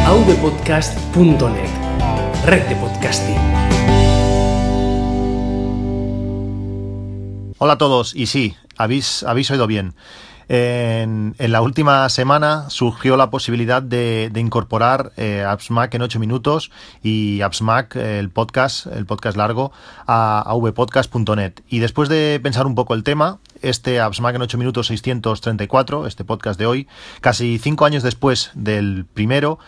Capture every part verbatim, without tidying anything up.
a v podcast punto net, red de podcasting. Hola a todos, y sí, habéis, habéis oído bien. En, en la última semana surgió la posibilidad de, de incorporar eh, AppsMac en ocho minutos y AppsMac, el podcast, el podcast largo, a, a v podcast punto net. Y después de pensar un poco el tema, este AppsMac en ocho minutos seiscientos treinta y cuatro, este podcast de hoy, casi cinco años después del primero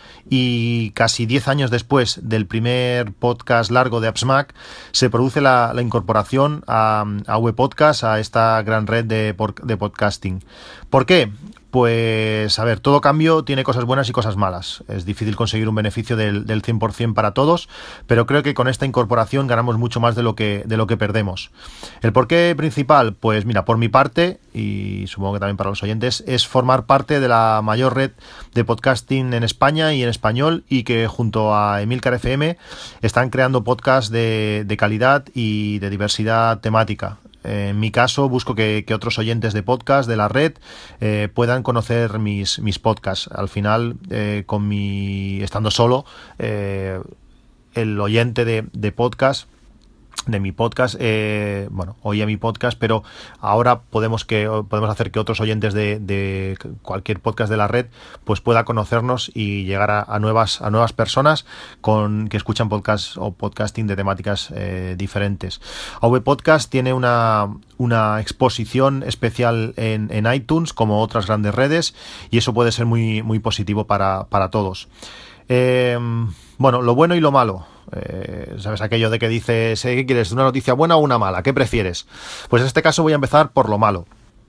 y casi diez años después del primer podcast largo de AppsMac, se produce la, la incorporación a, a VPodcast, a esta gran red de, de podcasting. ¿Por qué? Pues, a ver, todo cambio tiene cosas buenas y cosas malas. Es difícil conseguir un beneficio del, del cien por ciento para todos, pero creo que con esta incorporación ganamos mucho más de lo que, de lo que perdemos. ¿El porqué principal? Pues mira, por mi parte, y supongo que también para los oyentes, es formar parte de la mayor red de podcasting en España y en español, y que junto a Emilcar F M están creando podcasts de, de calidad y de diversidad temática. En mi caso, busco que, que otros oyentes de podcast de la red eh, puedan conocer mis, mis podcasts. Al final, eh, con mi estando solo, eh, el oyente de, de podcast de mi podcast, eh, bueno, oía mi podcast, pero ahora podemos que podemos hacer que otros oyentes de, de cualquier podcast de la red pues pueda conocernos y llegar a, a nuevas a nuevas personas con que escuchan podcast o podcasting de temáticas eh, diferentes. VPodcast tiene una una exposición especial en, en iTunes, como otras grandes redes, y eso puede ser muy muy positivo para para todos. Eh, bueno, lo bueno y lo malo. Eh, ¿Sabes aquello de que dices, eh, ¿qué quieres? ¿Una noticia buena o una mala? ¿Qué prefieres? Pues en este caso voy a empezar por lo malo.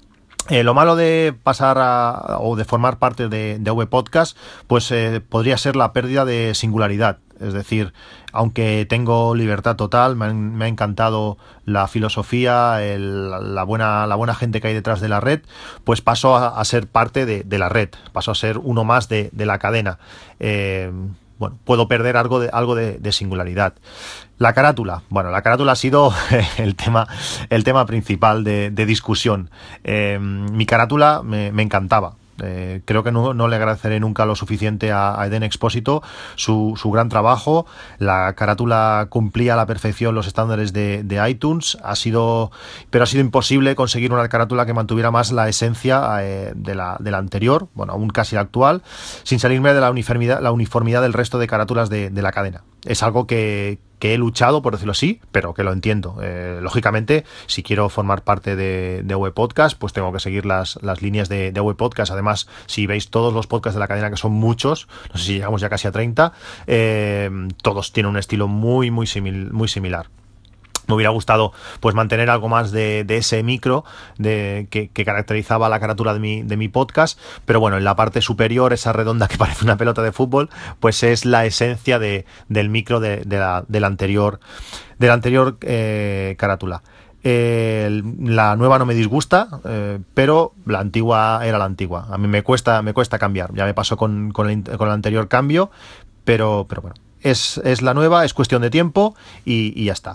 Eh, lo malo de pasar a, o de formar parte de, de VPodcast, pues eh, podría ser la pérdida de singularidad. Es decir, aunque tengo libertad total, me, han, me ha encantado la filosofía, el, la, buena, la buena gente que hay detrás de la red, pues paso a, a ser parte de, de la red, paso a ser uno más de, de la cadena. Eh, bueno, puedo perder algo de, algo de, de singularidad. La carátula. Bueno, la carátula ha sido el tema, el tema principal de, de discusión. Eh, mi carátula me, me encantaba. Eh, creo que no, no le agradeceré nunca lo suficiente a, a Eden Expósito su, su gran trabajo. La carátula cumplía a la perfección los estándares de, de iTunes, ha sido, pero ha sido imposible conseguir una carátula que mantuviera más la esencia eh, de, la, de la anterior, bueno, aún casi la actual, sin salirme de la uniformidad, la uniformidad del resto de carátulas de, de la cadena. Es algo que que he luchado, por decirlo así, pero que lo entiendo. Eh, lógicamente, si quiero formar parte de, de VPodcast, pues tengo que seguir las, las líneas de, de VPodcast. Además, si veis todos los podcasts de la cadena, que son muchos, no sé si llegamos ya casi a treinta, eh, todos tienen un estilo muy, muy, simil, muy similar. Me hubiera gustado pues mantener algo más de, de ese micro de, que, que caracterizaba la carátula de mi, de mi podcast, pero bueno, en la parte superior, esa redonda que parece una pelota de fútbol, pues es la esencia de, del micro de, de la, de la anterior, de la anterior eh, carátula. Eh, la nueva no me disgusta, eh, pero la antigua era la antigua. A mí me cuesta, me cuesta cambiar. Ya me pasó con, con, el, con el anterior cambio, pero, pero bueno, es, es la nueva, es cuestión de tiempo y, y ya está.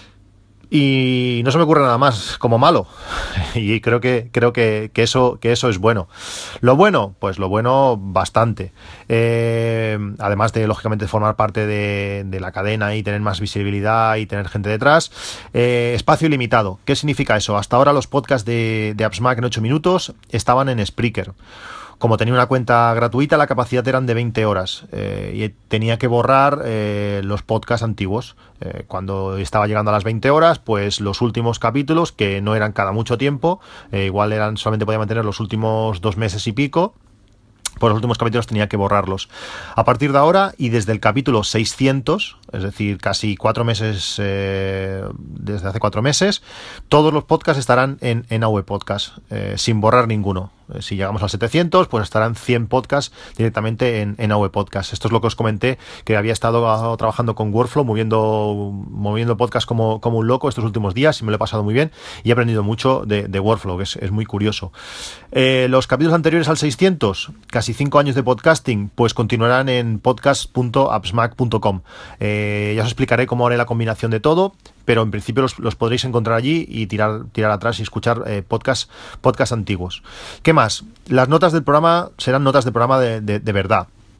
Y no se me ocurre nada más como malo, y creo que creo que, que eso que eso es bueno. Lo bueno, pues lo bueno bastante. Eh, además de lógicamente formar parte de, de la cadena y tener más visibilidad y tener gente detrás, eh, espacio ilimitado. ¿Qué significa eso? Hasta ahora los podcasts de, de AppsMac en ocho minutos estaban en Spreaker. Como tenía una cuenta gratuita, la capacidad eran de veinte horas eh, y tenía que borrar eh, los podcasts antiguos. Eh, cuando estaba llegando a las veinte horas, pues los últimos capítulos, que no eran cada mucho tiempo, eh, igual eran solamente podía mantener los últimos dos meses y pico, pues los últimos capítulos tenía que borrarlos. A partir de ahora y desde el capítulo seiscientos, es decir, casi cuatro meses, eh, desde hace cuatro meses, todos los podcasts estarán en, en VPodcast, eh, sin borrar ninguno. Si llegamos al setecientos, pues estarán cien podcasts directamente en, en VPodcast. Esto es lo que os comenté, que había estado trabajando con Workflow, moviendo moviendo podcast como, como un loco estos últimos días, y me lo he pasado muy bien y he aprendido mucho de, de Workflow, que es, es muy curioso. Eh, los capítulos anteriores al seiscientos, casi cinco años de podcasting, pues continuarán en podcast punto appsmac punto com. Eh, ya os explicaré cómo haré la combinación de todo, pero en principio los, los podréis encontrar allí y tirar, tirar atrás y escuchar eh, podcasts podcast antiguos. ¿Qué más? Las notas del programa serán notas de programa de, de, de verdad.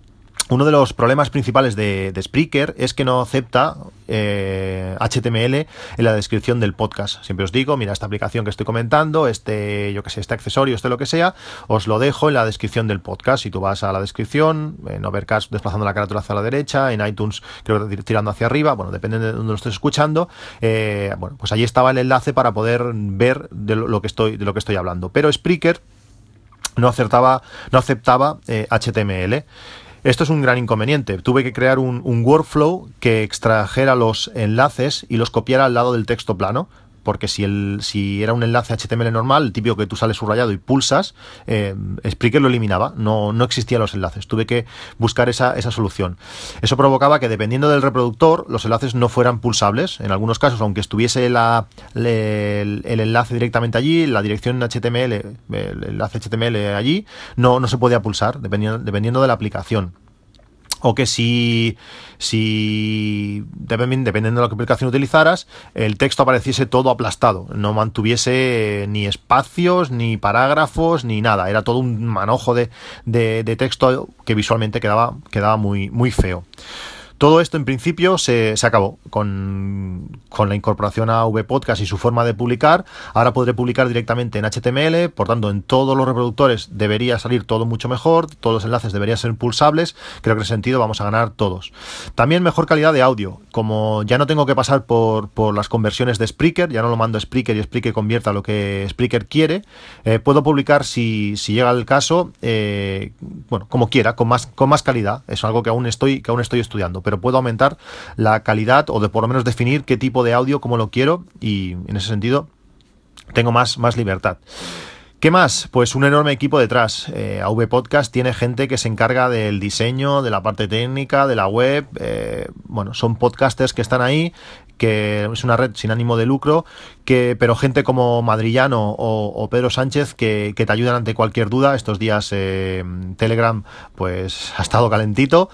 Uno de los problemas principales de, de Spreaker es que no acepta eh, H T M L en la descripción del podcast. Siempre os digo, mira, esta aplicación que estoy comentando, este, yo que sé, este accesorio, este lo que sea, os lo dejo en la descripción del podcast. Si tú vas a la descripción, en Overcast desplazando la carátula hacia la derecha, en iTunes creo que tirando hacia arriba, bueno, depende de donde lo estés escuchando, eh, bueno, pues allí estaba el enlace para poder ver de lo que estoy, de lo que estoy hablando. Pero Spreaker no acertaba, no aceptaba eh, H T M L. Esto es un gran inconveniente. Tuve que crear un, un workflow que extrajera los enlaces y los copiara al lado del texto plano, porque si, el, si era un enlace H T M L normal, el típico que tú sales subrayado y pulsas, eh, Spreaker lo eliminaba, no, no existían los enlaces. Tuve que buscar esa, esa solución. Eso provocaba que, dependiendo del reproductor, los enlaces no fueran pulsables. En algunos casos, aunque estuviese la, el, el enlace directamente allí, la dirección H T M L, el enlace H T M L allí, no, no se podía pulsar, dependiendo, dependiendo de la aplicación. O que si, si dependiendo de la aplicación utilizaras, el texto apareciese todo aplastado, no mantuviese ni espacios, ni parágrafos, ni nada. Era todo un manojo de, de, de texto que visualmente quedaba, quedaba muy, muy feo. Todo esto en principio se, se acabó con, con la incorporación a VPodcast y su forma de publicar. Ahora podré publicar directamente en H T M L, por tanto en todos los reproductores debería salir todo mucho mejor, todos los enlaces deberían ser pulsables. Creo que en ese sentido vamos a ganar todos. También mejor calidad de audio, como ya no tengo que pasar por, por las conversiones de Spreaker, ya no lo mando a Spreaker y Spreaker convierta lo que Spreaker quiere, eh, puedo publicar si, si llega el caso, eh, bueno, como quiera, con más, con más calidad. Es algo que aún estoy, que aún estoy estudiando, pero pero puedo aumentar la calidad o de por lo menos definir qué tipo de audio, cómo lo quiero, y en ese sentido tengo más, más libertad. ¿Qué más? Pues un enorme equipo detrás. Eh, A V Podcast tiene gente que se encarga del diseño, de la parte técnica, de la web. Eh, bueno, son podcasters que están ahí, que es una red sin ánimo de lucro, que, pero gente como Madrillano o, o Pedro Sánchez que, que te ayudan ante cualquier duda. Estos días eh, Telegram pues ha estado calentito,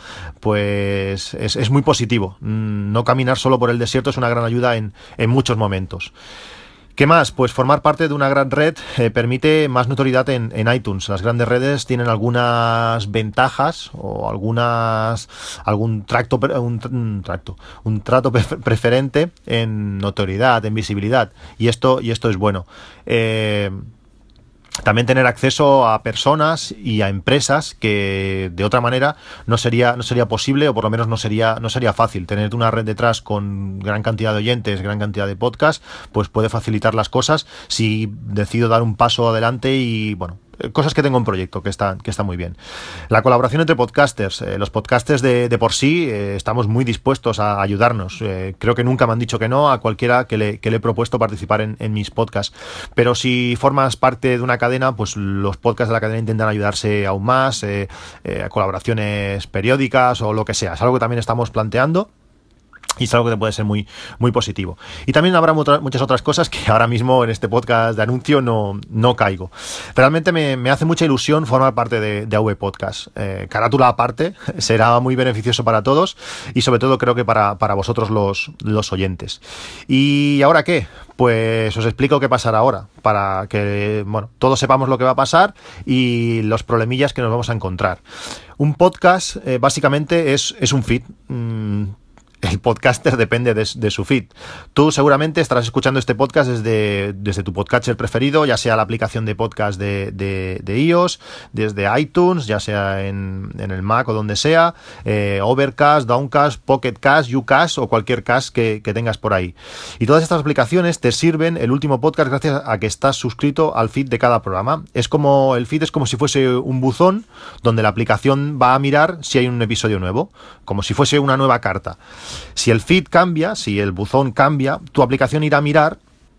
pues es, es muy positivo. No caminar solo por el desierto es una gran ayuda en, en muchos momentos. ¿Qué más? Pues formar parte de una gran red eh, permite más notoriedad en, en iTunes. Las grandes redes tienen algunas ventajas o algunas algún tracto un, un tracto un trato preferente en notoriedad, en visibilidad, y esto y esto es bueno. Eh, También tener acceso a personas y a empresas que de otra manera no sería no sería posible, o por lo menos no sería no sería fácil. Tener una red detrás con gran cantidad de oyentes, gran cantidad de podcasts, pues puede facilitar las cosas si decido dar un paso adelante y, bueno, cosas que tengo en proyecto que están que está muy bien. La colaboración entre podcasters. Eh, los podcasters de, de por sí eh, estamos muy dispuestos a ayudarnos. Eh, creo que nunca me han dicho que no a cualquiera que le, que le he propuesto participar en, en mis podcasts. Pero si formas parte de una cadena, pues los podcasts de la cadena intentan ayudarse aún más, eh, eh, a colaboraciones periódicas o lo que sea. Es algo que también estamos planteando. Y es algo que puede ser muy, muy positivo. Y también habrá muchas otras cosas que ahora mismo en este podcast de anuncio no, no caigo. Realmente me, me hace mucha ilusión formar parte de, de A V Podcast. Eh, carátula aparte, será muy beneficioso para todos y sobre todo creo que para, para vosotros los, los oyentes. ¿Y ahora qué? Pues os explico qué pasará ahora, para que, bueno, todos sepamos lo que va a pasar y los problemillas que nos vamos a encontrar. Un podcast eh, básicamente es, es un feed. Mm, El podcaster depende de, de su feed. Tú seguramente estarás escuchando este podcast desde, desde tu podcatcher preferido, ya sea la aplicación de podcast de, de, de iOS, desde iTunes, ya sea en, en el Mac o donde sea, eh, Overcast, Downcast, Pocketcast, Ucast o cualquier cast que, que tengas por ahí. Y todas estas aplicaciones te sirven el último podcast gracias a que estás suscrito al feed de cada programa. Es como, el feed es como si fuese un buzón donde la aplicación va a mirar si hay un episodio nuevo, como si fuese una nueva carta. Si el feed cambia, si el buzón cambia, tu aplicación irá a mirar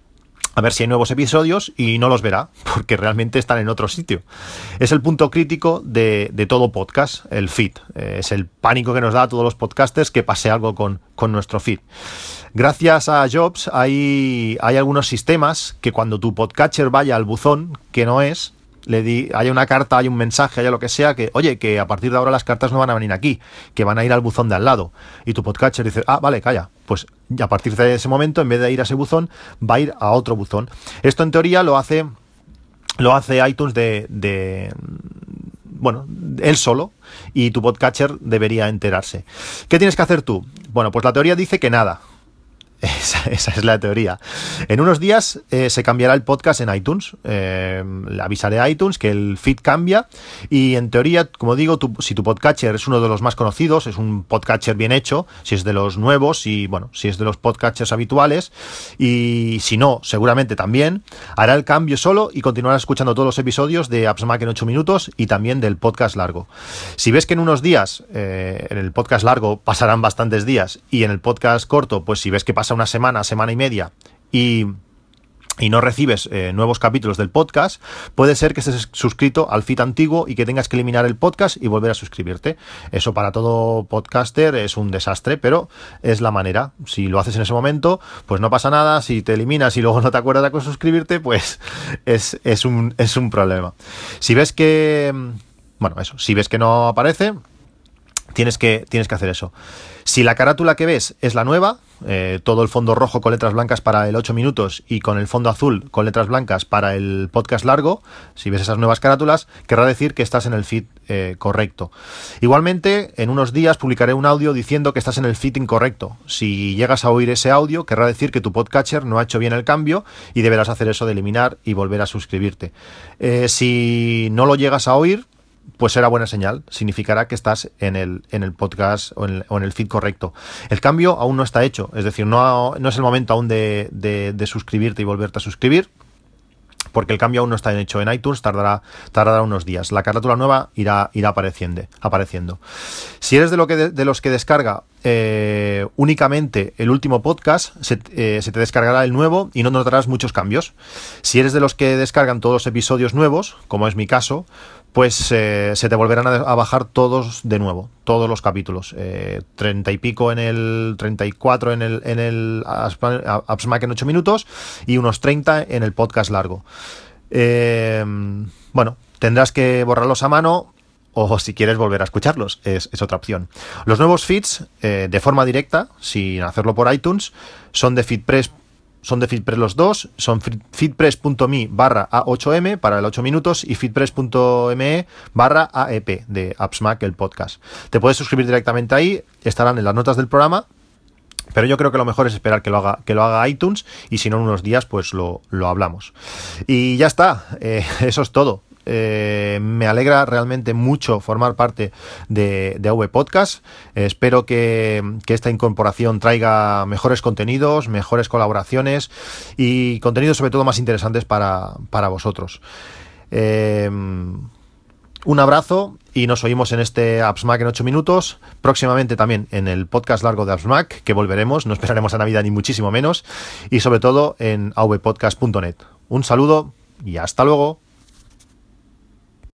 a ver si hay nuevos episodios y no los verá, porque realmente están en otro sitio. Es el punto crítico de, de todo podcast, el feed. Eh, es el pánico que nos da a todos los podcasters que pase algo con, con nuestro feed. Gracias a Jobs hay, hay algunos sistemas que cuando tu podcatcher vaya al buzón, que no es, le di, haya una carta, hay un mensaje, haya lo que sea, que oye, que a partir de ahora las cartas no van a venir aquí, que van a ir al buzón de al lado. Y tu podcatcher dice, ah, vale, calla. Pues a partir de ese momento, en vez de ir a ese buzón, va a ir a otro buzón. Esto en teoría lo hace, lo hace iTunes de, de, bueno, él solo, y tu podcatcher debería enterarse. ¿Qué tienes que hacer tú? Bueno, pues la teoría dice que nada. Esa, esa es la teoría. En unos días eh, se cambiará el podcast en iTunes. Eh, le avisaré a iTunes que el feed cambia y en teoría, como digo, tu, si tu podcatcher es uno de los más conocidos, es un podcatcher bien hecho, si es de los nuevos y bueno, si es de los podcatchers habituales y si no, seguramente también, hará el cambio solo y continuará escuchando todos los episodios de Apps Mac en ocho minutos y también del podcast largo. Si ves que en unos días, eh, en el podcast largo pasarán bastantes días y en el podcast corto, pues si ves que pasa una semana, semana y media y, y no recibes eh, nuevos capítulos del podcast, puede ser que estés suscrito al feed antiguo y que tengas que eliminar el podcast y volver a suscribirte. Eso para todo podcaster es un desastre, pero es la manera. Si lo haces en ese momento, pues no pasa nada. Si te eliminas y luego no te acuerdas de suscribirte, pues es, es, un, es un problema. Si ves que... Bueno, eso. Si ves que no aparece, tienes que, tienes que hacer eso. Si la carátula que ves es la nueva, eh, todo el fondo rojo con letras blancas para el ocho minutos y con el fondo azul con letras blancas para el podcast largo, si ves esas nuevas carátulas, querrá decir que estás en el feed eh, correcto. Igualmente, en unos días publicaré un audio diciendo que estás en el feed incorrecto. Si llegas a oír ese audio, querrá decir que tu podcatcher no ha hecho bien el cambio y deberás hacer eso de eliminar y volver a suscribirte. Eh, si no lo llegas a oír, pues será buena señal, significará que estás en el, en el podcast o en el, o en el feed correcto. El cambio aún no está hecho, es decir, no, no es el momento aún de, de, de suscribirte y volverte a suscribir, porque el cambio aún no está hecho en iTunes, tardará, tardará unos días. La carátula nueva irá, irá apareciendo, apareciendo. Si eres de, lo que de, de los que descarga eh, únicamente el último podcast, se, eh, se te descargará el nuevo y no notarás muchos cambios. Si eres de los que descargan todos los episodios nuevos, como es mi caso, pues eh, se te volverán a, a bajar todos de nuevo, todos los capítulos, eh, treinta y pico en el treinta y cuatro en el en el Apps Mac en ocho minutos y unos treinta en el podcast largo. Eh, bueno, tendrás que borrarlos a mano o si quieres volver a escucharlos, es, es otra opción. Los nuevos feeds, eh, de forma directa, sin hacerlo por iTunes, son de FeedPress. Son de FeedPress los dos, son feedpress.me barra A ocho M para el ocho minutos y feedpress.me barra A E P de Apps Mac, el podcast. Te puedes suscribir directamente ahí, estarán en las notas del programa, pero yo creo que lo mejor es esperar que lo haga, que lo haga iTunes y si no en unos días pues lo, lo hablamos. Y ya está, eh, eso es todo. Eh, me alegra realmente mucho formar parte de, de A V Podcast. Eh, espero que, que esta incorporación traiga mejores contenidos, mejores colaboraciones y contenidos sobre todo más interesantes para, para vosotros. Eh, un abrazo y nos oímos en este Apps Mac en ocho minutos, próximamente también en el podcast largo de Apps Mac, que volveremos, no esperaremos a Navidad ni muchísimo menos, y sobre todo en a v podcast punto net. Un saludo y hasta luego.